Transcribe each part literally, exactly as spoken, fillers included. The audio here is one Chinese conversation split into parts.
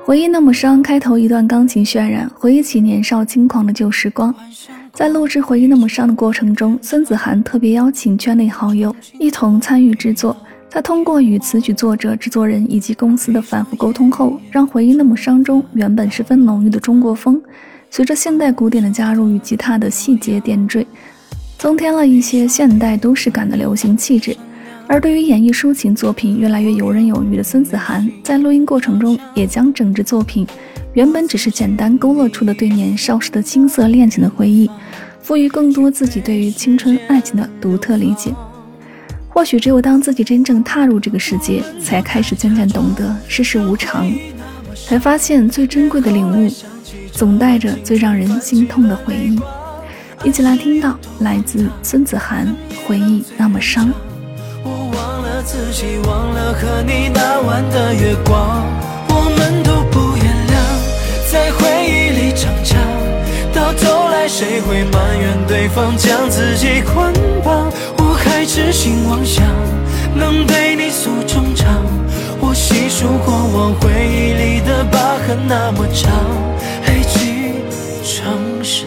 回忆那么伤，开头一段钢琴渲染，回忆起年少轻狂的旧时光。在录制《回忆那么伤》的过程中，孙子涵特别邀请圈内好友一同参与制作。在通过与词曲作者、制作人以及公司的反复沟通后，让《回忆那么伤》中原本十分浓郁的中国风，随着现代古典的加入与吉他的细节点缀，增添了一些现代都市感的流行气质。而对于演绎抒情作品越来越游刃有余的孙子涵，在录音过程中也将整支作品原本只是简单勾勒出的对年少时的青涩恋情的回忆，赋予更多自己对于青春爱情的独特理解。或许只有当自己真正踏入这个世界，才开始渐渐懂得世事无常，才发现最珍贵的领悟总带着最让人心痛的回忆。一起来听到来自孙子涵《回忆那么伤》。 我忘了自己，忘了和你那晚的月光，我们都不原谅，在回忆里逞强，到头来谁会埋怨对方将自己捆绑？我还痴心妄想能对你诉衷肠，我细数过往回忆里的疤痕那么长，累积成伤。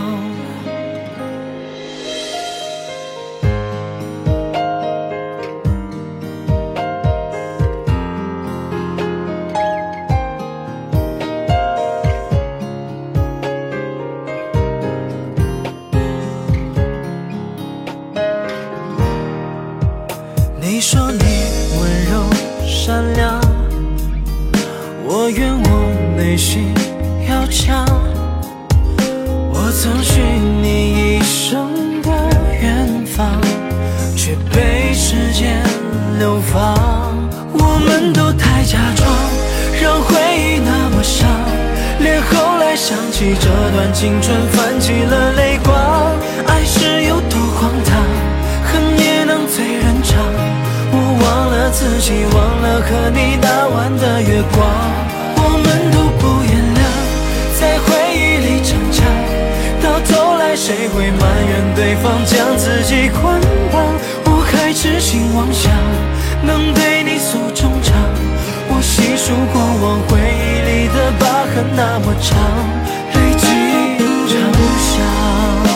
你说你温柔善良，我愿我内心要强，我曾许你一生的远方，却被时间流放。我们都太假装，让回忆那么伤，连后来想起这段青春泛起了泪光。爱是有多荒唐，恨也能醉人肠，我忘了自己，忘了和你那晚的月光，我们都不原谅，在回忆里逞强，到头来谁会埋怨对方将自己捆绑？我还痴心妄想能对你诉衷肠，我细数过往回忆里的疤痕那么长，累积成伤。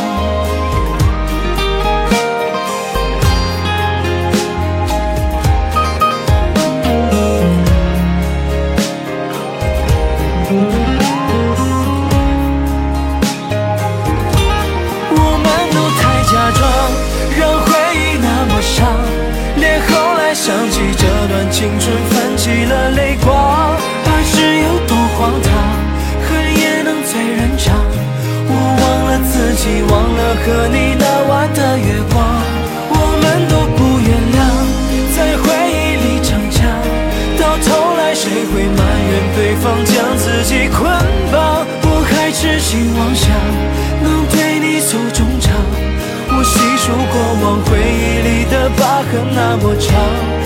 我们都太假装，让回忆那么伤，连后来想起这段青春泛起了泪光。爱是有多荒唐，恨也能醉人肠，我忘了自己，忘了和你那晚的月光，我们都不原谅，在回忆里逞强，到头来谁会埋怨对方将自己捆绑？我还痴心妄想能对你诉衷肠，我细数过往回忆里的疤痕那么长。